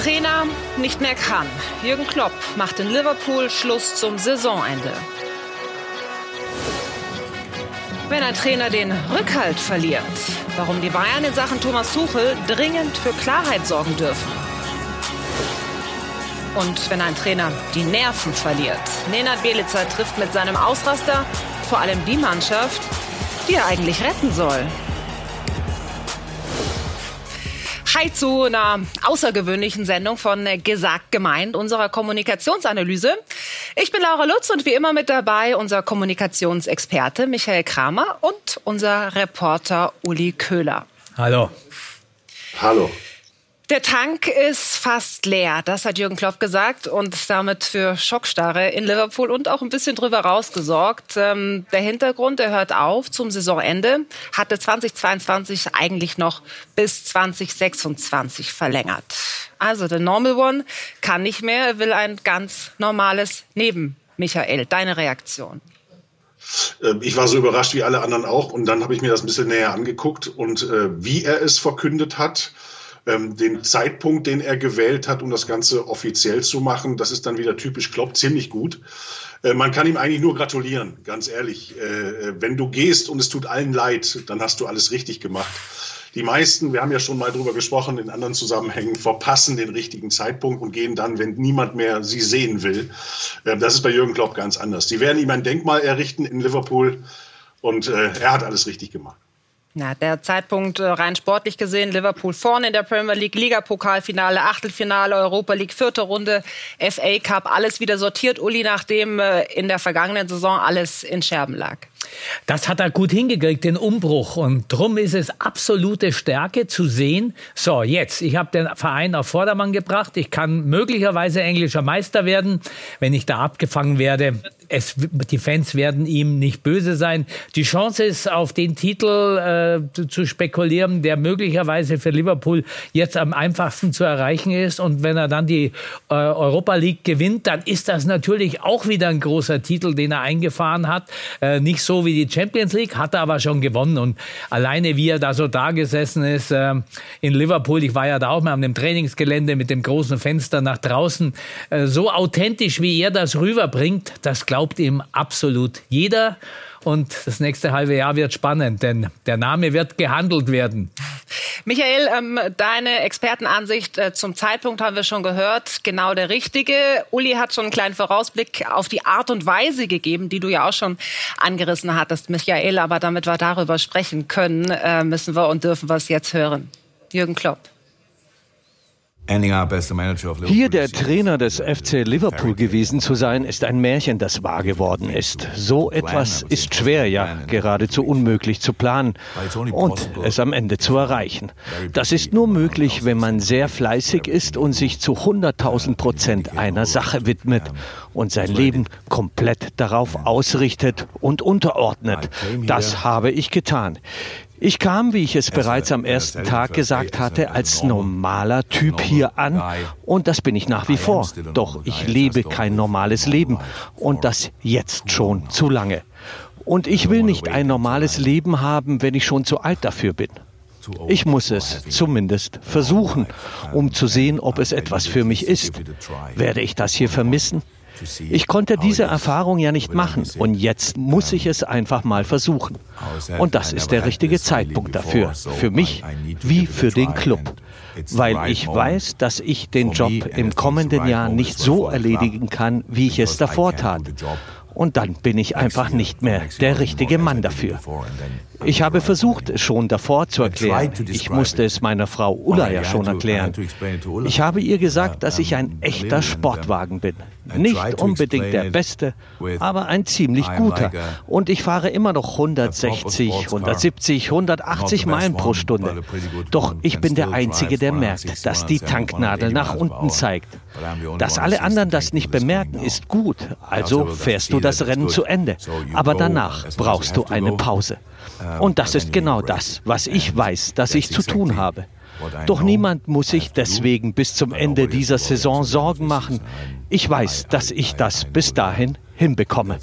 Trainer nicht mehr kann. Jürgen Klopp macht in Liverpool Schluss zum Saisonende. Wenn ein Trainer den Rückhalt verliert, warum die Bayern in Sachen Thomas Tuchel dringend für Klarheit sorgen dürfen. Und wenn ein Trainer die Nerven verliert. Nenad Bjelica trifft mit seinem Ausraster vor allem die Mannschaft, die er eigentlich retten soll. Hi zu einer außergewöhnlichen Sendung von Gesagt gemeint, unserer Kommunikationsanalyse. Ich bin Laura Lutz und wie immer mit dabei unser Kommunikationsexperte Michael Kramer und unser Reporter Uli Köhler. Hallo. Hallo. Der Tank ist fast leer, das hat Jürgen Klopp gesagt und damit für Schockstarre in Liverpool und auch ein bisschen drüber rausgesorgt. Der Hintergrund, er hört auf zum Saisonende, hatte 2022 eigentlich noch bis 2026 verlängert. Also der Normal One kann nicht mehr, er will ein ganz normales Leben. Michael, deine Reaktion? Ich war so überrascht wie alle anderen auch und dann habe ich mir das ein bisschen näher angeguckt und wie er es verkündet hat. Den Zeitpunkt, den er gewählt hat, um das Ganze offiziell zu machen, das ist dann wieder typisch Klopp, ziemlich gut. Man kann ihm eigentlich nur gratulieren, ganz ehrlich. Wenn du gehst und es tut allen leid, dann hast du alles richtig gemacht. Die meisten, wir haben ja schon mal drüber gesprochen, in anderen Zusammenhängen, verpassen den richtigen Zeitpunkt und gehen dann, wenn niemand mehr sie sehen will. Das ist bei Jürgen Klopp ganz anders. Sie werden ihm ein Denkmal errichten in Liverpool und er hat alles richtig gemacht. Na, der Zeitpunkt rein sportlich gesehen, Liverpool vorne in der Premier League, Liga-Pokalfinale, Achtelfinale, Europa League, 4. Runde, FA Cup, alles wieder sortiert, Uli, nachdem in der vergangenen Saison alles in Scherben lag. Das hat er gut hingekriegt, den Umbruch. Und drum ist es absolute Stärke zu sehen, so jetzt, ich habe den Verein auf Vordermann gebracht, ich kann möglicherweise englischer Meister werden, wenn ich da abgefangen werde. Die Fans werden ihm nicht böse sein. Die Chance ist, auf den Titel zu spekulieren, der möglicherweise für Liverpool jetzt am einfachsten zu erreichen ist. Und wenn er dann die Europa League gewinnt, dann ist das natürlich auch wieder ein großer Titel, den er eingefahren hat. Nicht so wie die Champions League, hat er aber schon gewonnen. Und alleine, wie er da so da gesessen ist in Liverpool, ich war ja da auch mal an dem Trainingsgelände mit dem großen Fenster nach draußen, so authentisch, wie er das rüberbringt, das glaubt ihm absolut jeder. Und das nächste halbe Jahr wird spannend, denn der Name wird gehandelt werden. Michael, deine Expertenansicht zum Zeitpunkt haben wir schon gehört, genau der richtige. Uli hat schon einen kleinen Vorausblick auf die Art und Weise gegeben, die du ja auch schon angerissen hattest, Michael. Aber damit wir darüber sprechen können, müssen wir und dürfen wir es jetzt hören. Jürgen Klopp. Hier der Trainer des FC Liverpool gewesen zu sein, ist ein Märchen, das wahr geworden ist. So etwas ist schwer, ja geradezu unmöglich zu planen und es am Ende zu erreichen. Das ist nur möglich, wenn man sehr fleißig ist und sich zu 100.000% einer Sache widmet und sein Leben komplett darauf ausrichtet und unterordnet. Das habe ich getan. Ich kam, wie ich es bereits am ersten Tag gesagt hatte, als normaler Typ hier an und das bin ich nach wie vor. Doch ich lebe kein normales Leben und das jetzt schon zu lange. Und ich will nicht ein normales Leben haben, wenn ich schon zu alt dafür bin. Ich muss es zumindest versuchen, um zu sehen, ob es etwas für mich ist. Werde ich das hier vermissen? Ich konnte diese Erfahrung ja nicht machen und jetzt muss ich es einfach mal versuchen. Und das ist der richtige Zeitpunkt dafür, für mich wie für den Club. Weil ich weiß, dass ich den Job im kommenden Jahr nicht so erledigen kann, wie ich es davor tat. Und dann bin ich einfach nicht mehr der richtige Mann dafür. Ich habe versucht, es schon davor zu erklären. Ich musste es meiner Frau Ulla ja schon erklären. Ich habe ihr gesagt, dass ich ein echter Sportwagen bin. Nicht unbedingt der beste, aber ein ziemlich guter. Und ich fahre immer noch 160, 170, 180 Meilen pro Stunde. Doch ich bin der Einzige, der merkt, dass die Tanknadel nach unten zeigt. Dass alle anderen das nicht bemerken, ist gut. Also fährst du das Rennen zu Ende. Aber danach brauchst du eine Pause. Und das ist genau das, was ich weiß, dass ich zu tun habe. Doch niemand muss sich deswegen bis zum Ende dieser Saison Sorgen machen. Ich weiß, dass ich das bis dahin hinbekomme.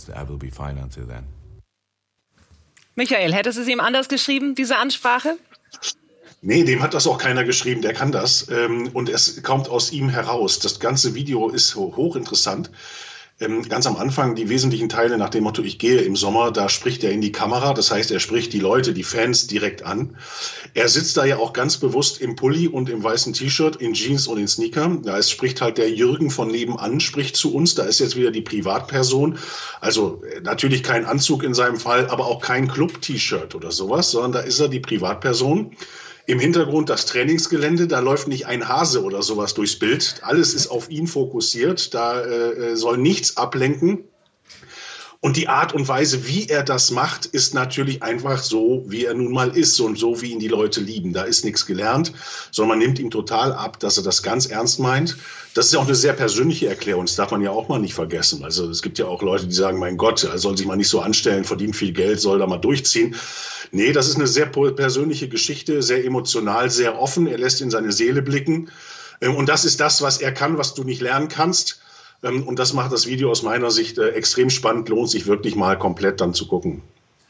Michael, hättest du es ihm anders geschrieben, diese Ansprache? Nee, dem hat das auch keiner geschrieben, der kann das. Und es kommt aus ihm heraus. Das ganze Video ist hochinteressant. Ganz am Anfang die wesentlichen Teile nach dem Motto, ich gehe im Sommer, da spricht er in die Kamera. Das heißt, er spricht die Leute, die Fans direkt an. Er sitzt da ja auch ganz bewusst im Pulli und im weißen T-Shirt, in Jeans und in Sneaker. Da spricht halt der Jürgen von nebenan, spricht zu uns. Da ist jetzt wieder die Privatperson. Also natürlich kein Anzug in seinem Fall, aber auch kein Club-T-Shirt oder sowas, sondern da ist er die Privatperson. Im Hintergrund das Trainingsgelände, da läuft nicht ein Hase oder sowas durchs Bild. Alles ist auf ihn fokussiert, da soll nichts ablenken. Und die Art und Weise, wie er das macht, ist natürlich einfach so, wie er nun mal ist und so, wie ihn die Leute lieben. Da ist nichts gelernt, sondern man nimmt ihm total ab, dass er das ganz ernst meint. Das ist ja auch eine sehr persönliche Erklärung, das darf man ja auch mal nicht vergessen. Also es gibt ja auch Leute, die sagen, mein Gott, er soll sich mal nicht so anstellen, verdient viel Geld, soll da mal durchziehen. Nee, das ist eine sehr persönliche Geschichte, sehr emotional, sehr offen. Er lässt in seine Seele blicken. Und das ist das, was er kann, was du nicht lernen kannst. Und das macht das Video aus meiner Sicht extrem spannend, lohnt sich wirklich mal komplett dann zu gucken.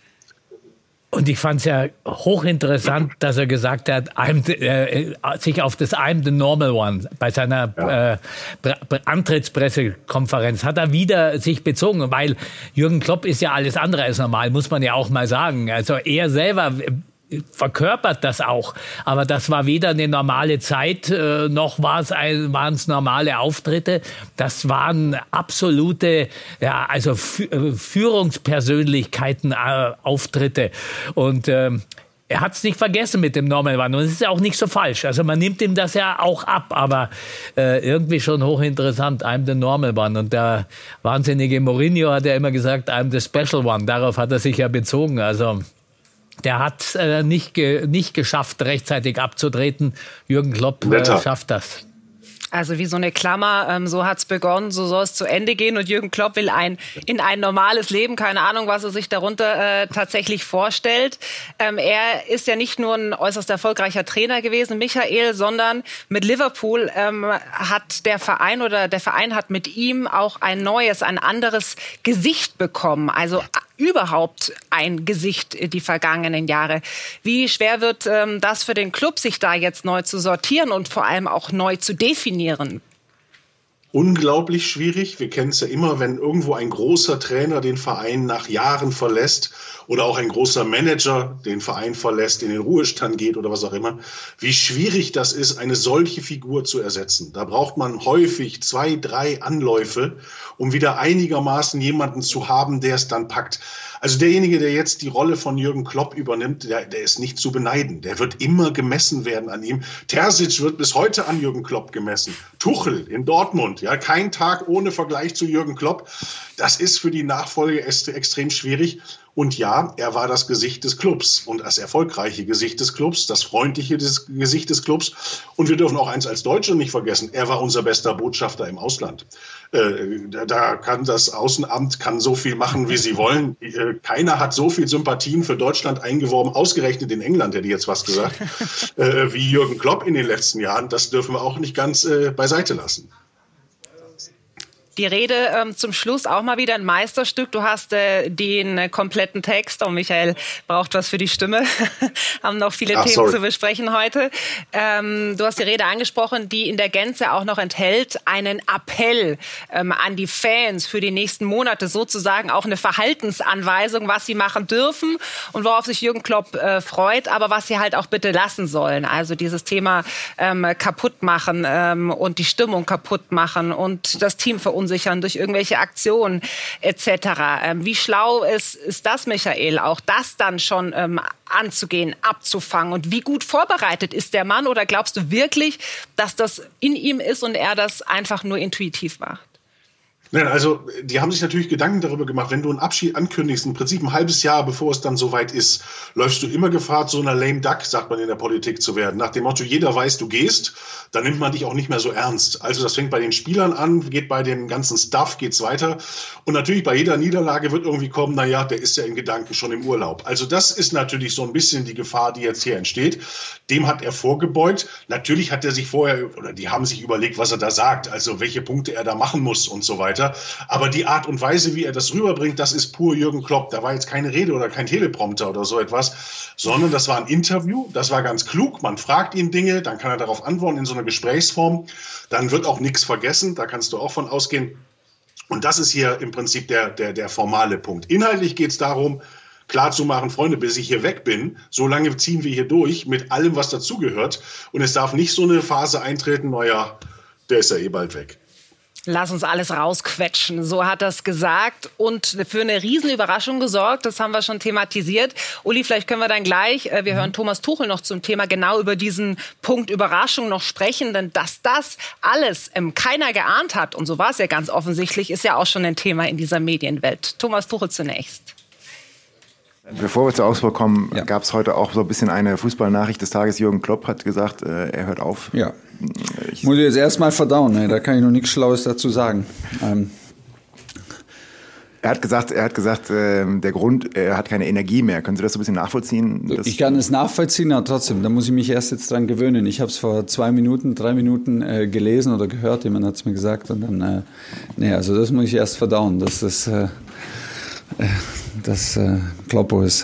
Und ich fand es ja hochinteressant, dass er gesagt hat, sich auf das I'm the normal one bei seiner Antrittspressekonferenz hat er wieder sich bezogen, weil Jürgen Klopp ist ja alles andere als normal, muss man ja auch mal sagen. Also er selber verkörpert das auch, aber das war weder eine normale Zeit, noch waren es normale Auftritte. Das waren absolute, also Führungspersönlichkeiten Auftritte. Und er hat es nicht vergessen mit dem Normal One. Und es ist ja auch nicht so falsch. Also man nimmt ihm das ja auch ab, aber irgendwie schon hochinteressant. I'm the Normal One. Und der wahnsinnige Mourinho hat ja immer gesagt, I'm the Special One. Darauf hat er sich ja bezogen. Also der hat nicht geschafft, rechtzeitig abzutreten. Jürgen Klopp schafft das. Also wie so eine Klammer, so hat's begonnen, so soll es zu Ende gehen. Und Jürgen Klopp will in ein normales Leben, keine Ahnung, was er sich darunter tatsächlich vorstellt. Er ist ja nicht nur ein äußerst erfolgreicher Trainer gewesen, Michael, sondern mit Liverpool hat der Verein hat mit ihm auch ein anderes Gesicht bekommen. Also überhaupt ein Gesicht die vergangenen Jahre. Wie schwer wird das für den Club, sich da jetzt neu zu sortieren und vor allem auch neu zu definieren? Unglaublich schwierig. Wir kennen es ja immer, wenn irgendwo ein großer Trainer den Verein nach Jahren verlässt oder auch ein großer Manager den Verein verlässt, in den Ruhestand geht oder was auch immer, wie schwierig das ist, eine solche Figur zu ersetzen. Da braucht man häufig 2, 3 Anläufe, um wieder einigermaßen jemanden zu haben, der es dann packt. Also derjenige, der jetzt die Rolle von Jürgen Klopp übernimmt, der ist nicht zu beneiden. Der wird immer gemessen werden an ihm. Terzic wird bis heute an Jürgen Klopp gemessen. Tuchel in Dortmund, ja, kein Tag ohne Vergleich zu Jürgen Klopp. Das ist für die Nachfolge extrem schwierig. Und ja, er war das Gesicht des Clubs und das erfolgreiche Gesicht des Clubs, das freundliche Gesicht des Clubs. Und wir dürfen auch eins als Deutsche nicht vergessen, er war unser bester Botschafter im Ausland. Da kann das Außenamt so viel machen, wie sie wollen. Keiner hat so viel Sympathien für Deutschland eingeworben, ausgerechnet in England, hätte ich jetzt was gesagt, wie Jürgen Klopp in den letzten Jahren. Das dürfen wir auch nicht ganz beiseite lassen. Die Rede zum Schluss auch mal wieder ein Meisterstück. Du hast den kompletten Text. Und Michael braucht was für die Stimme. Haben noch viele Themen zu besprechen heute. Du hast die Rede angesprochen, die in der Gänze auch noch enthält einen Appell an die Fans für die nächsten Monate. Sozusagen auch eine Verhaltensanweisung, was sie machen dürfen und worauf sich Jürgen Klopp freut, aber was sie halt auch bitte lassen sollen. Also dieses Thema kaputt machen und die Stimmung kaputt machen und das Team verunsichern durch irgendwelche Aktionen etc. Wie schlau ist das, Michael, auch das dann schon anzugehen, abzufangen? Und wie gut vorbereitet ist der Mann? Oder glaubst du wirklich, dass das in ihm ist und er das einfach nur intuitiv macht? Nein, also die haben sich natürlich Gedanken darüber gemacht, wenn du einen Abschied ankündigst, im Prinzip ein halbes Jahr, bevor es dann soweit ist, läufst du immer Gefahr, so einer lame duck, sagt man in der Politik, zu werden. Nach dem Motto, jeder weiß, du gehst, dann nimmt man dich auch nicht mehr so ernst. Also das fängt bei den Spielern an, geht bei dem ganzen Stuff, geht's weiter. Und natürlich bei jeder Niederlage wird irgendwie kommen, naja, der ist ja in Gedanken schon im Urlaub. Also das ist natürlich so ein bisschen die Gefahr, die jetzt hier entsteht. Dem hat er vorgebeugt. Natürlich hat er sich vorher, oder die haben sich überlegt, was er da sagt, also welche Punkte er da machen muss und so weiter. weiter. Aber die Art und Weise, wie er das rüberbringt, das ist pur Jürgen Klopp. Da war jetzt keine Rede oder kein Teleprompter oder so etwas, sondern das war ein Interview. Das war ganz klug. Man fragt ihn Dinge, dann kann er darauf antworten in so einer Gesprächsform. Dann wird auch nichts vergessen. Da kannst du auch von ausgehen. Und das ist hier im Prinzip der formale Punkt. Inhaltlich geht es darum, klar zu machen, Freunde, bis ich hier weg bin, so lange ziehen wir hier durch mit allem, was dazugehört. Und es darf nicht so eine Phase eintreten, naja, der ist ja eh bald weg. Lass uns alles rausquetschen, so hat er es gesagt und für eine Riesenüberraschung gesorgt, das haben wir schon thematisiert. Uli, vielleicht können wir dann gleich, wir hören Thomas Tuchel noch zum Thema genau über diesen Punkt Überraschung noch sprechen, denn dass das alles keiner geahnt hat, und so war es ja ganz offensichtlich, ist ja auch schon ein Thema in dieser Medienwelt. Thomas Tuchel zunächst. Bevor wir zu Augsburg kommen, gab es heute auch so ein bisschen eine Fußballnachricht des Tages. Jürgen Klopp hat gesagt, er hört auf. Ja, muss ich jetzt erstmal verdauen, ne? Da kann ich noch nichts Schlaues dazu sagen. Er hat gesagt, der Grund, er hat keine Energie mehr. Können Sie das so ein bisschen nachvollziehen? Ich kann es nachvollziehen, aber trotzdem, da muss ich mich erst jetzt dran gewöhnen. Ich habe es vor 2 Minuten, 3 Minuten gelesen oder gehört, jemand hat es mir gesagt. Und dann, also das muss ich erst verdauen, dass das Kloppo ist.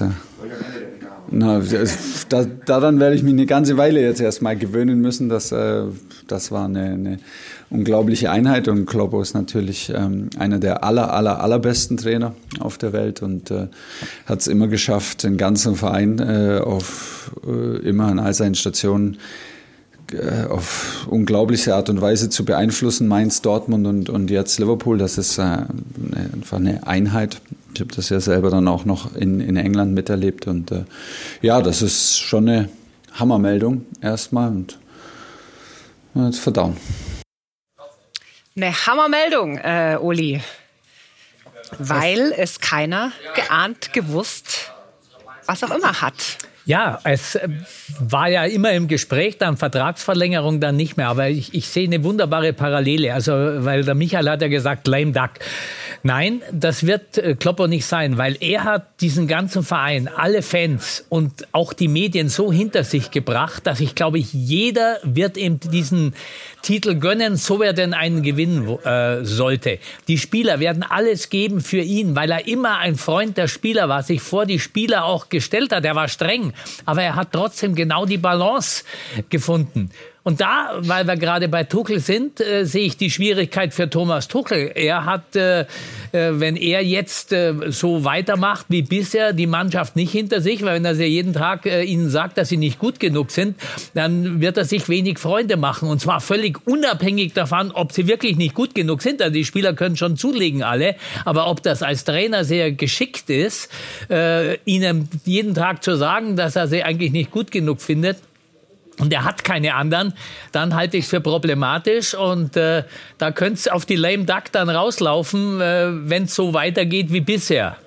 Daran werde ich mich eine ganze Weile jetzt erstmal gewöhnen müssen. Das war eine unglaubliche Einheit und Kloppo ist natürlich einer der allerbesten Trainer auf der Welt und hat es immer geschafft, den ganzen Verein immer an all seinen Stationen auf unglaubliche Art und Weise zu beeinflussen. Mainz, Dortmund und jetzt Liverpool, das ist einfach eine Einheit. Ich habe das ja selber dann auch noch in England miterlebt und das ist schon eine Hammermeldung erstmal und jetzt verdauen. Eine Hammermeldung, Uli, weil es keiner geahnt, gewusst, was auch immer hat. Ja, es war ja immer im Gespräch, dann Vertragsverlängerung, dann nicht mehr. Aber ich sehe eine wunderbare Parallele. Also, weil der Michael hat ja gesagt, lame duck. Nein, das wird Kloppo nicht sein, weil er hat diesen ganzen Verein, alle Fans und auch die Medien so hinter sich gebracht, dass ich glaube, jeder wird ihm diesen Titel gönnen, so er denn einen gewinnen sollte. Die Spieler werden alles geben für ihn, weil er immer ein Freund der Spieler war, sich vor die Spieler auch gestellt hat. Er war streng, aber er hat trotzdem genau die Balance gefunden. Und da, weil wir gerade bei Tuchel sind, sehe ich die Schwierigkeit für Thomas Tuchel. Er hat, wenn er jetzt so weitermacht wie bisher, die Mannschaft nicht hinter sich, weil wenn er jeden Tag ihnen sagt, dass sie nicht gut genug sind, dann wird er sich wenig Freunde machen. Und zwar völlig unabhängig davon, ob sie wirklich nicht gut genug sind. Also die Spieler können schon zulegen alle. Aber ob das als Trainer sehr geschickt ist, ihnen jeden Tag zu sagen, dass er sie eigentlich nicht gut genug findet, und er hat keine anderen, dann halte ich es für problematisch. Und da könnte es auf die lame duck dann rauslaufen, wenn es so weitergeht wie bisher.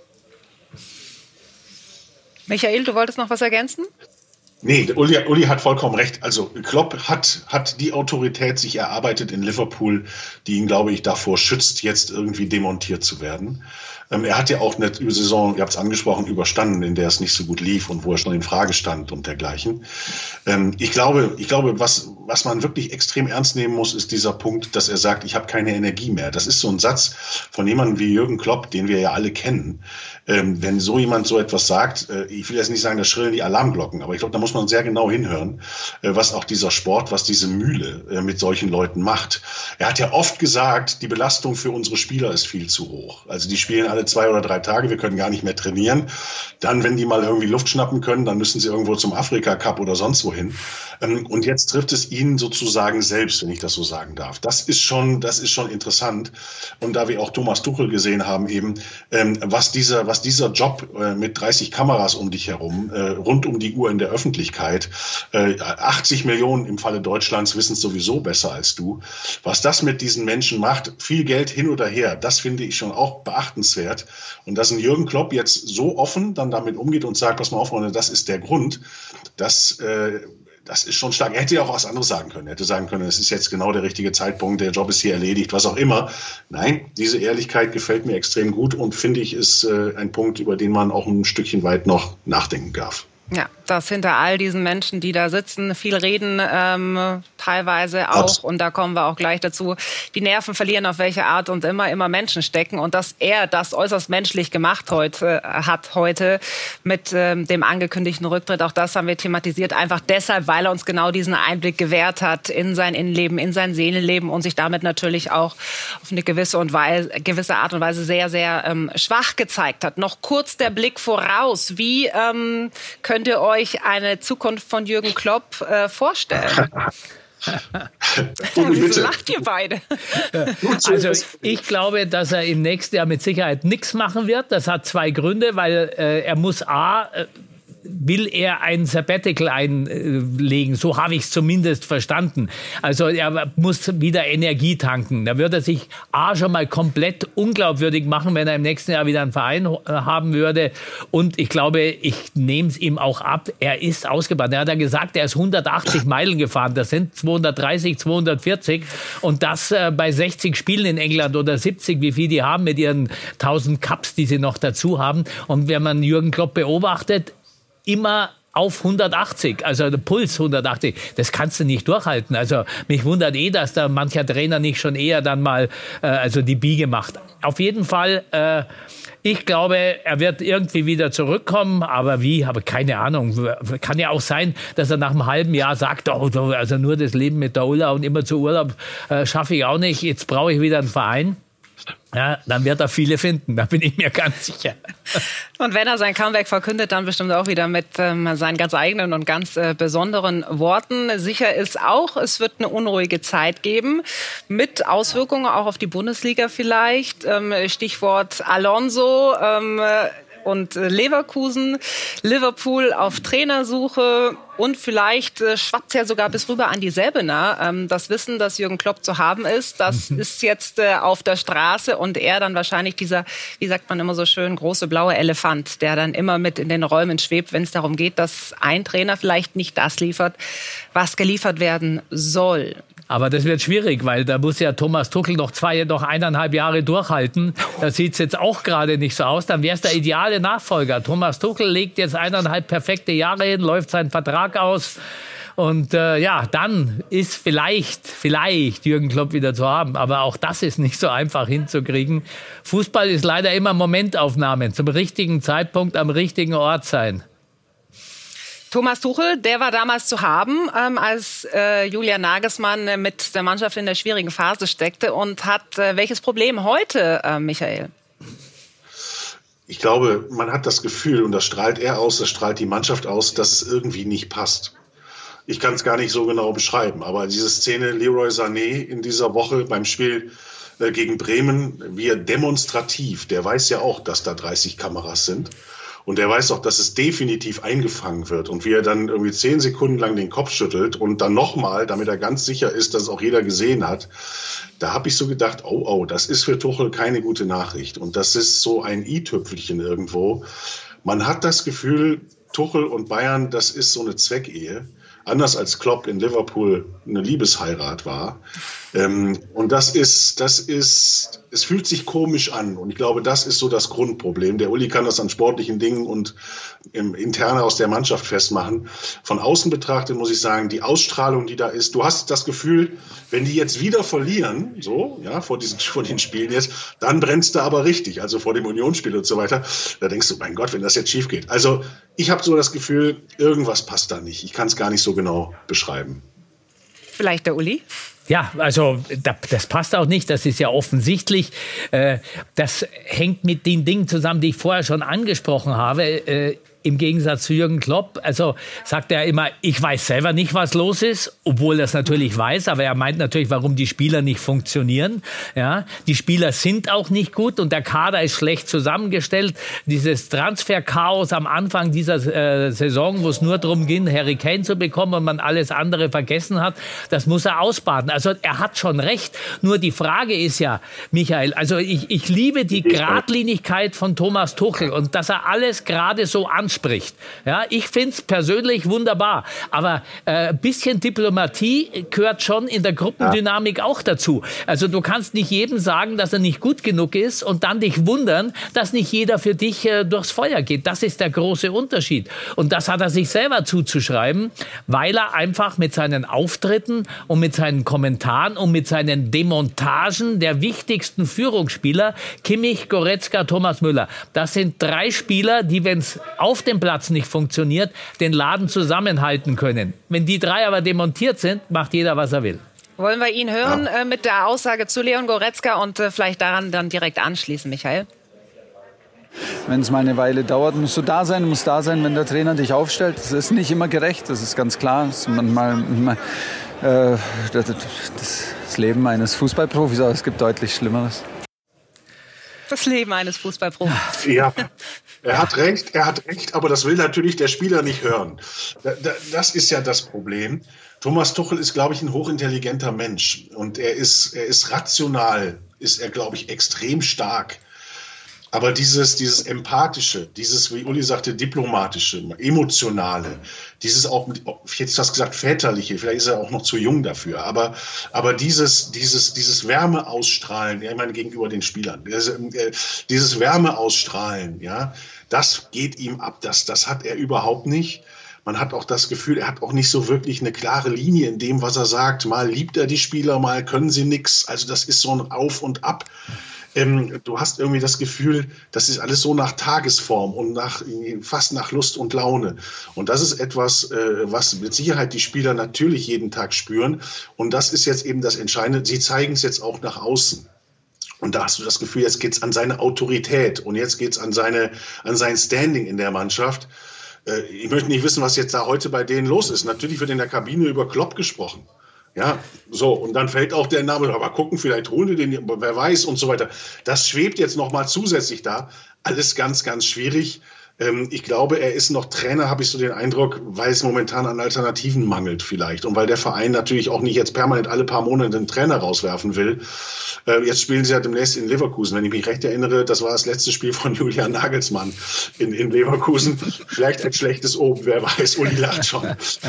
Michael, du wolltest noch was ergänzen? Nee, Uli hat vollkommen recht. Also Klopp hat die Autorität sich erarbeitet in Liverpool, die ihn, glaube ich, davor schützt, jetzt irgendwie demontiert zu werden. Er hat ja auch eine Saison, ihr habt es angesprochen, überstanden, in der es nicht so gut lief und wo er schon in Frage stand und dergleichen. Ich glaube, was man wirklich extrem ernst nehmen muss, ist dieser Punkt, dass er sagt, ich habe keine Energie mehr. Das ist so ein Satz von jemandem wie Jürgen Klopp, den wir ja alle kennen. Wenn so jemand so etwas sagt, ich will jetzt nicht sagen, da schrillen die Alarmglocken, aber ich glaube, da muss man sehr genau hinhören, was auch dieser Sport, was diese Mühle mit solchen Leuten macht. Er hat ja oft gesagt, die Belastung für unsere Spieler ist viel zu hoch. Also die spielen alle 2 oder 3 Tage, wir können gar nicht mehr trainieren. Dann, wenn die mal irgendwie Luft schnappen können, dann müssen sie irgendwo zum Afrika-Cup oder sonst wohin. Und jetzt trifft es ihn sozusagen selbst, wenn ich das so sagen darf. Das ist schon interessant. Und da wir auch Thomas Tuchel gesehen haben eben, was dieser Job mit 30 Kameras um dich herum, rund um die Uhr in der Öffentlichkeit, 80 Millionen im Falle Deutschlands wissen es sowieso besser als du, was das mit diesen Menschen macht, viel Geld hin oder her, das finde ich schon auch beachtenswert. Und dass ein Jürgen Klopp jetzt so offen dann damit umgeht und sagt, pass mal auf, Freunde, das ist der Grund, das ist schon stark. Er hätte ja auch was anderes sagen können. Er hätte sagen können, es ist jetzt genau der richtige Zeitpunkt, der Job ist hier erledigt, was auch immer. Nein, diese Ehrlichkeit gefällt mir extrem gut und finde ich, ist ein Punkt, über den man auch ein Stückchen weit noch nachdenken darf. Ja, dass hinter all diesen Menschen, die da sitzen, viel reden, teilweise auch, und da kommen wir auch gleich dazu, die Nerven verlieren, auf welche Art und immer Menschen stecken, und dass er das äußerst menschlich gemacht hat heute mit dem angekündigten Rücktritt. Auch das haben wir thematisiert, einfach deshalb, weil er uns genau diesen Einblick gewährt hat in sein Innenleben, in sein Seelenleben und sich damit natürlich auch auf eine gewisse Art und Weise sehr, sehr schwach gezeigt hat. Noch kurz der Blick voraus. Wie könnt ihr euch eine Zukunft von Jürgen Klopp vorstellen? Wieso lacht ihr beide? Also ich glaube, dass er im nächsten Jahr mit Sicherheit nichts machen wird. Das hat zwei Gründe, weil er muss will er ein Sabbatical einlegen. So habe ich es zumindest verstanden. Also er muss wieder Energie tanken. Da würde er sich schon mal komplett unglaubwürdig machen, wenn er im nächsten Jahr wieder einen Verein haben würde. Und ich glaube, ich nehme es ihm auch ab, er ist ausgebrannt. Er hat ja gesagt, er ist 180 Meilen gefahren. Das sind 230, 240. Und das bei 60 Spielen in England oder 70, wie viel die haben mit ihren 1000 Cups, die sie noch dazu haben. Und wenn man Jürgen Klopp beobachtet, immer auf 180, also der Puls 180, das kannst du nicht durchhalten. Also mich wundert dass da mancher Trainer nicht schon eher dann mal die Biege macht. Auf jeden Fall, ich glaube, er wird irgendwie wieder zurückkommen, aber wie, habe keine Ahnung. Kann ja auch sein, dass er nach einem halben Jahr sagt, also nur das Leben mit der Ulla und immer zu Urlaub schaffe ich auch nicht, jetzt brauche ich wieder einen Verein. Ja, dann wird er viele finden, da bin ich mir ganz sicher. Und wenn er sein Comeback verkündet, dann bestimmt auch wieder mit seinen ganz eigenen und ganz besonderen Worten. Sicher ist auch, es wird eine unruhige Zeit geben, mit Auswirkungen auch auf die Bundesliga vielleicht. Stichwort Alonso und Leverkusen, Liverpool auf Trainersuche und vielleicht schwappt es ja sogar bis rüber an die Säbener. Das Wissen, dass Jürgen Klopp zu haben ist, das ist jetzt auf der Straße und er dann wahrscheinlich dieser, wie sagt man immer so schön, große blaue Elefant, der dann immer mit in den Räumen schwebt, wenn es darum geht, dass ein Trainer vielleicht nicht das liefert, was geliefert werden soll. Aber das wird schwierig, weil da muss ja Thomas Tuchel noch 1,5 Jahre durchhalten. Da sieht es jetzt auch gerade nicht so aus. Dann wäre es der ideale Nachfolger. Thomas Tuchel legt jetzt 1,5 perfekte Jahre hin, läuft seinen Vertrag aus. Und dann ist vielleicht Jürgen Klopp wieder zu haben. Aber auch das ist nicht so einfach hinzukriegen. Fußball ist leider immer Momentaufnahmen. Zum richtigen Zeitpunkt am richtigen Ort sein. Thomas Tuchel, der war damals zu haben, als Julian Nagelsmann mit der Mannschaft in der schwierigen Phase steckte und hat welches Problem heute, Michael? Ich glaube, man hat das Gefühl, und das strahlt er aus, das strahlt die Mannschaft aus, dass es irgendwie nicht passt. Ich kann es gar nicht so genau beschreiben, aber diese Szene Leroy Sané in dieser Woche beim Spiel gegen Bremen, wie er demonstrativ, der weiß ja auch, dass da 30 Kameras sind. Und er weiß auch, dass es definitiv eingefangen wird. Und wie er dann irgendwie 10 Sekunden lang den Kopf schüttelt und dann nochmal, damit er ganz sicher ist, dass es auch jeder gesehen hat, da habe ich so gedacht, oh, das ist für Tuchel keine gute Nachricht. Und das ist so ein i-Tüpfelchen irgendwo. Man hat das Gefühl, Tuchel und Bayern, das ist so eine Zweckehe. Anders als Klopp in Liverpool eine Liebesheirat war. Und es fühlt sich komisch an. Und ich glaube, das ist so das Grundproblem. Der Uli kann das an sportlichen Dingen und interne aus der Mannschaft festmachen. Von außen betrachtet muss ich sagen, die Ausstrahlung, die da ist, du hast das Gefühl, wenn die jetzt wieder verlieren, so, ja, vor den Spielen jetzt, dann brennst du aber richtig. Also vor dem Unionsspiel und so weiter. Da denkst du, mein Gott, wenn das jetzt schief geht. Also ich habe so das Gefühl, irgendwas passt da nicht. Ich kann es gar nicht so genau beschreiben. Vielleicht der Uli? Ja, also das passt auch nicht, das ist ja offensichtlich. Das hängt mit den Dingen zusammen, die ich vorher schon angesprochen habe. Im Gegensatz zu Jürgen Klopp, also sagt er immer, ich weiß selber nicht, was los ist, obwohl er es natürlich weiß, aber er meint natürlich, warum die Spieler nicht funktionieren. Ja, die Spieler sind auch nicht gut und der Kader ist schlecht zusammengestellt. Dieses Transferchaos am Anfang dieser Saison, wo es nur darum ging, Harry Kane zu bekommen und man alles andere vergessen hat, das muss er ausbaden. Also er hat schon recht. Nur die Frage ist ja, Michael, also ich liebe die Geradlinigkeit von Thomas Tuchel und dass er alles gerade so anschaut. ausspricht. Ja, ich finde es persönlich wunderbar. Aber ein bisschen Diplomatie gehört schon in der Gruppendynamik auch dazu. Also du kannst nicht jedem sagen, dass er nicht gut genug ist und dann dich wundern, dass nicht jeder für dich durchs Feuer geht. Das ist der große Unterschied. Und das hat er sich selber zuzuschreiben, weil er einfach mit seinen Auftritten und mit seinen Kommentaren und mit seinen Demontagen der wichtigsten Führungsspieler, Kimmich, Goretzka, Thomas Müller, das sind 3 Spieler, die, wenn es auf dem Platz nicht funktioniert, den Laden zusammenhalten können. Wenn die 3 aber demontiert sind, macht jeder, was er will. Wollen wir ihn hören mit der Aussage zu Leon Goretzka und vielleicht daran dann direkt anschließen, Michael? Wenn es mal eine Weile dauert, musst du da sein, wenn der Trainer dich aufstellt. Das ist nicht immer gerecht, das ist ganz klar. Das ist manchmal das Leben eines Fußballprofis, aber es gibt deutlich Schlimmeres. Das Leben eines Fußballprofis. Ja, er hat recht, aber das will natürlich der Spieler nicht hören. Das ist ja das Problem. Thomas Tuchel ist, glaube ich, ein hochintelligenter Mensch und er ist rational, ist er, glaube ich, extrem stark. Aber dieses Empathische, dieses, wie Uli sagte, Diplomatische, Emotionale, dieses auch, ich hätte fast gesagt, Väterliche, vielleicht ist er auch noch zu jung dafür, aber dieses Wärme ausstrahlen, ja, ich meine, gegenüber den Spielern, dieses Wärme ausstrahlen, ja, das geht ihm ab, das hat er überhaupt nicht. Man hat auch das Gefühl, er hat auch nicht so wirklich eine klare Linie in dem, was er sagt. Mal liebt er die Spieler, mal können sie nix. Also das ist so ein Auf und Ab. Du hast irgendwie das Gefühl, das ist alles so nach Tagesform und fast nach Lust und Laune. Und das ist etwas, was mit Sicherheit die Spieler natürlich jeden Tag spüren. Und das ist jetzt eben das Entscheidende. Sie zeigen es jetzt auch nach außen. Und da hast du das Gefühl, jetzt geht's an seine Autorität und jetzt geht's an sein Standing in der Mannschaft. Ich möchte nicht wissen, was jetzt da heute bei denen los ist. Natürlich wird in der Kabine über Klopp gesprochen. Ja, so, und dann fällt auch der Name, aber gucken, vielleicht holen die den, wer weiß und so weiter. Das schwebt jetzt nochmal zusätzlich da. Alles ganz, ganz schwierig. Ich glaube, er ist noch Trainer, habe ich so den Eindruck, weil es momentan an Alternativen mangelt vielleicht. Und weil der Verein natürlich auch nicht jetzt permanent alle paar Monate einen Trainer rauswerfen will. Jetzt spielen sie ja demnächst in Leverkusen. Wenn ich mich recht erinnere, das war das letzte Spiel von Julian Nagelsmann in Leverkusen. Vielleicht ein schlechtes Oben, wer weiß. Uli lacht schon.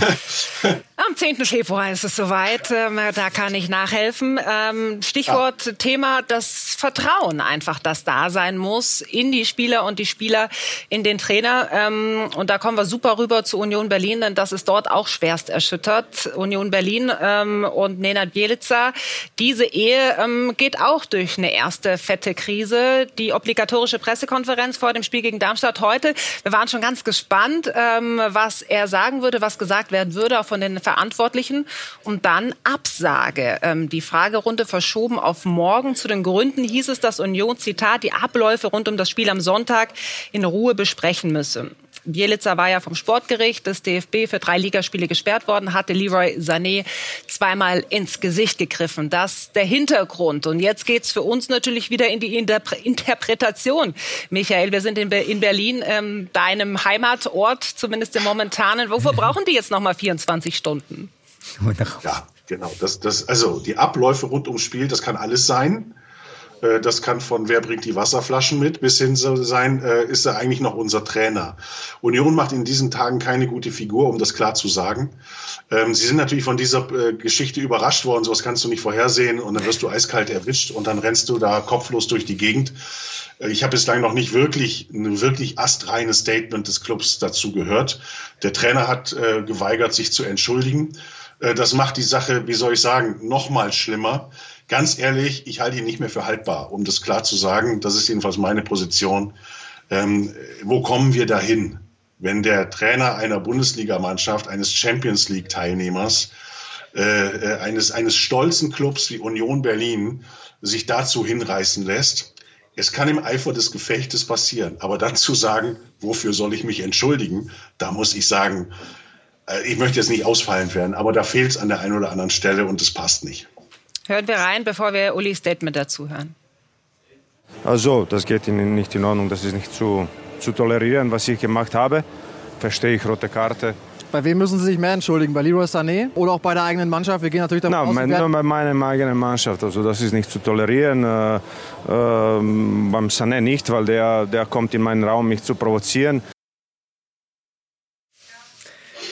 Am 10. Februar ist es soweit. Da kann ich nachhelfen. Stichwort Thema das Vertrauen einfach, das da sein muss in die Spieler und die Spieler in den Trainer. Und da kommen wir super rüber zu Union Berlin, denn das ist dort auch schwerst erschüttert. Union Berlin und Nenad Bjelica. Diese Ehe geht auch durch eine erste fette Krise. Die obligatorische Pressekonferenz vor dem Spiel gegen Darmstadt heute. Wir waren schon ganz gespannt, was er sagen würde, was gesagt werden würde, auch von den Verantwortlichen. Und dann Absage. Die Fragerunde verschoben auf morgen. Zu den Gründen hieß es, dass Union, Zitat, die Abläufe rund um das Spiel am Sonntag in Ruhe besprechen müsse. Bjelica war ja vom Sportgericht des DFB für 3 Ligaspiele gesperrt worden, hatte Leroy Sané zweimal ins Gesicht gegriffen. Das ist der Hintergrund. Und jetzt geht's für uns natürlich wieder in die Interpretation. Michael, wir sind in Berlin, deinem Heimatort, zumindest im momentanen. Wofür brauchen die jetzt nochmal 24 Stunden? Ja, genau. Also die Abläufe rund ums Spiel, das kann alles sein. Das kann von wer bringt die Wasserflaschen mit bis hin zu sein, ist er eigentlich noch unser Trainer. Union macht in diesen Tagen keine gute Figur, um das klar zu sagen. Sie sind natürlich von dieser Geschichte überrascht worden, sowas kannst du nicht vorhersehen und dann wirst du eiskalt erwischt und dann rennst du da kopflos durch die Gegend. Ich habe bislang noch nicht ein wirklich astreines Statement des Clubs dazu gehört. Der Trainer hat geweigert, sich zu entschuldigen. Das macht die Sache, wie soll ich sagen, noch mal schlimmer. Ganz ehrlich, ich halte ihn nicht mehr für haltbar, um das klar zu sagen. Das ist jedenfalls meine Position. Wo kommen wir dahin, wenn der Trainer einer Bundesligamannschaft, eines Champions League-Teilnehmers, eines stolzen Clubs wie Union Berlin sich dazu hinreißen lässt? Es kann im Eifer des Gefechtes passieren. Aber dann zu sagen, wofür soll ich mich entschuldigen, da muss ich sagen, ich möchte jetzt nicht ausfallend werden, aber da fehlt es an der einen oder anderen Stelle und es passt nicht. Hören wir rein, bevor wir Ulis Statement dazu hören. Also, das geht nicht in Ordnung. Das ist nicht zu tolerieren, was ich gemacht habe. Verstehe ich, rote Karte. Bei wem müssen Sie sich mehr entschuldigen? Bei Leroy Sané oder auch bei der eigenen Mannschaft? Wir gehen natürlich davon aus, nur bei meiner eigenen Mannschaft. Also das ist nicht zu tolerieren. Beim Sané nicht, weil der kommt in meinen Raum, mich zu provozieren.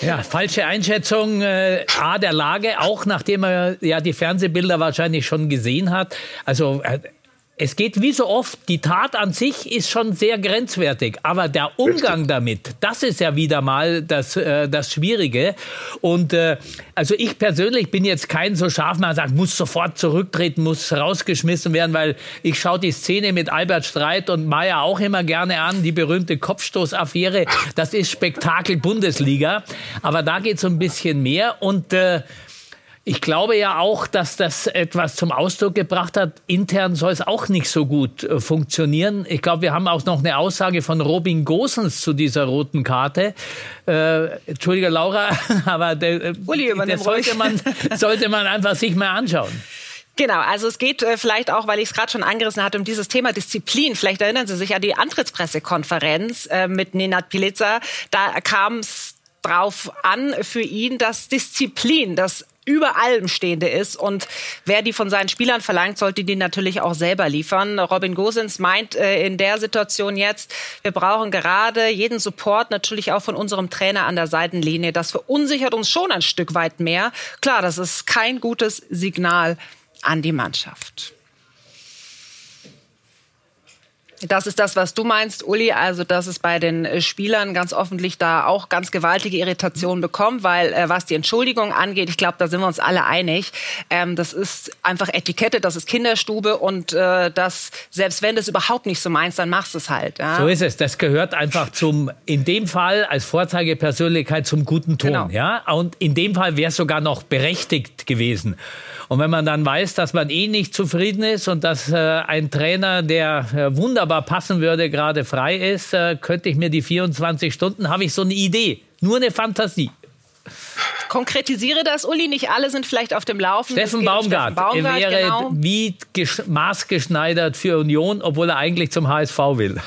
Ja, falsche Einschätzung der Lage, auch nachdem er ja die Fernsehbilder wahrscheinlich schon gesehen hat. Also es geht wie so oft, die Tat an sich ist schon sehr grenzwertig, aber der Umgang damit, das ist ja wieder mal das Schwierige. Und also ich persönlich bin jetzt kein so Scharfmacher, sagt, muss sofort zurücktreten, muss rausgeschmissen werden, weil ich schaue die Szene mit Albert Streit und Meier auch immer gerne an, die berühmte Kopfstoßaffäre, das ist Spektakel Bundesliga, aber da geht es um ein bisschen mehr und ich glaube ja auch, dass das etwas zum Ausdruck gebracht hat. Intern soll es auch nicht so gut funktionieren. Ich glaube, wir haben auch noch eine Aussage von Robin Gosens zu dieser roten Karte. Entschuldige, Laura, aber Uli, das sollte man einfach sich mal anschauen. Genau, also es geht vielleicht auch, weil ich es gerade schon angerissen hatte, um dieses Thema Disziplin. Vielleicht erinnern Sie sich an die Antrittspressekonferenz mit Nenad Bjelica. Da kam es drauf an für ihn, dass Disziplin das über allem Stehende ist und wer die von seinen Spielern verlangt, sollte die natürlich auch selber liefern. Robin Gosens meint in der Situation jetzt, wir brauchen gerade jeden Support, natürlich auch von unserem Trainer an der Seitenlinie. Das verunsichert uns schon ein Stück weit mehr. Klar, das ist kein gutes Signal an die Mannschaft. Das ist das, was du meinst, Uli, also dass es bei den Spielern ganz offensichtlich da auch ganz gewaltige Irritationen bekommt, weil was die Entschuldigung angeht, ich glaube, da sind wir uns alle einig, das ist einfach Etikette, das ist Kinderstube und das, selbst wenn du es überhaupt nicht so meinst, dann machst du es halt. Ja? So ist es, das gehört einfach in dem Fall als Vorzeigepersönlichkeit zum guten Ton. Genau. Ja? Und in dem Fall wäre es sogar noch berechtigt gewesen. Und wenn man dann weiß, dass man nicht zufrieden ist und dass ein Trainer, der wunderbar passen würde, gerade frei ist, könnte ich mir die 24 Stunden, habe ich so eine Idee, nur eine Fantasie. Konkretisiere das, Uli, nicht alle sind vielleicht auf dem Laufenden. Steffen Baumgart wäre genau wie maßgeschneidert für Union, obwohl er eigentlich zum HSV will.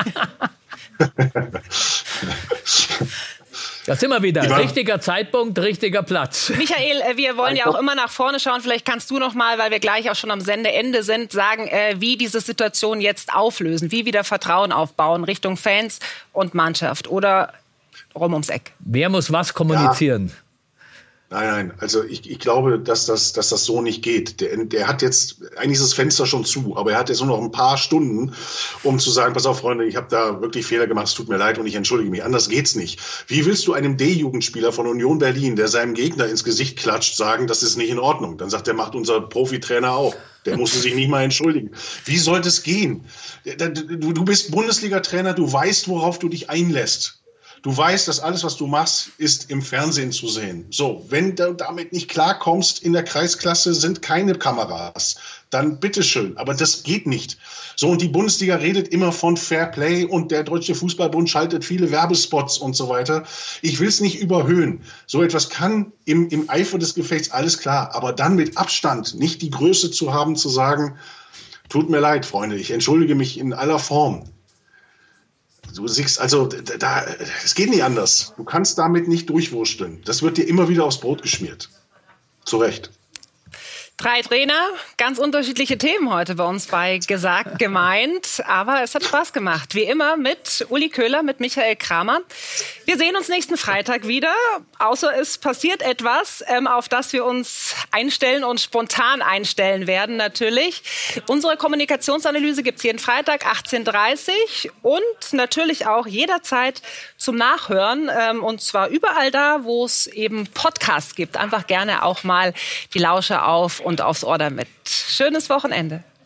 Da sind wir wieder. Richtiger Zeitpunkt, richtiger Platz. Michael, wir wollen ja auch immer nach vorne schauen. Vielleicht kannst du noch mal, weil wir gleich auch schon am Sendeende sind, sagen, wie diese Situation jetzt auflösen, wie wieder Vertrauen aufbauen Richtung Fans und Mannschaft oder rum ums Eck. Wer muss was kommunizieren? Ja. Nein, also ich glaube, dass das so nicht geht. Der hat jetzt, eigentlich ist das Fenster schon zu, aber er hat jetzt nur noch ein paar Stunden, um zu sagen, pass auf, Freunde, ich habe da wirklich Fehler gemacht, es tut mir leid und ich entschuldige mich. Anders geht's nicht. Wie willst du einem D-Jugendspieler von Union Berlin, der seinem Gegner ins Gesicht klatscht, sagen, das ist nicht in Ordnung? Dann sagt er, macht unser Profitrainer auch. Der musste sich nicht mal entschuldigen. Wie soll das gehen? Du bist Bundesliga-Trainer, du weißt, worauf du dich einlässt. Du weißt, dass alles, was du machst, ist im Fernsehen zu sehen. So, wenn du damit nicht klarkommst, in der Kreisklasse sind keine Kameras, dann bitteschön. Aber das geht nicht. So, und die Bundesliga redet immer von Fairplay und der Deutsche Fußballbund schaltet viele Werbespots und so weiter. Ich will es nicht überhöhen. So etwas kann im Eifer des Gefechts, alles klar. Aber dann mit Abstand nicht die Größe zu haben, zu sagen, tut mir leid, Freunde, ich entschuldige mich in aller Form. Du siehst, also es geht nicht anders. Du kannst damit nicht durchwursteln. Das wird dir immer wieder aufs Brot geschmiert. Zu Recht. 3 Trainer, ganz unterschiedliche Themen heute bei uns bei Gesagt, gemeint. Aber es hat Spaß gemacht. Wie immer mit Uli Köhler, mit Michael Kramer. Wir sehen uns nächsten Freitag wieder. Außer es passiert etwas, auf das wir uns einstellen und spontan einstellen werden natürlich. Unsere Kommunikationsanalyse gibt's jeden Freitag 18:30 Uhr und natürlich auch jederzeit zum Nachhören. Und zwar überall da, wo es eben Podcasts gibt. Einfach gerne auch mal die Lauscher auf und aufs Ohr damit. Schönes Wochenende.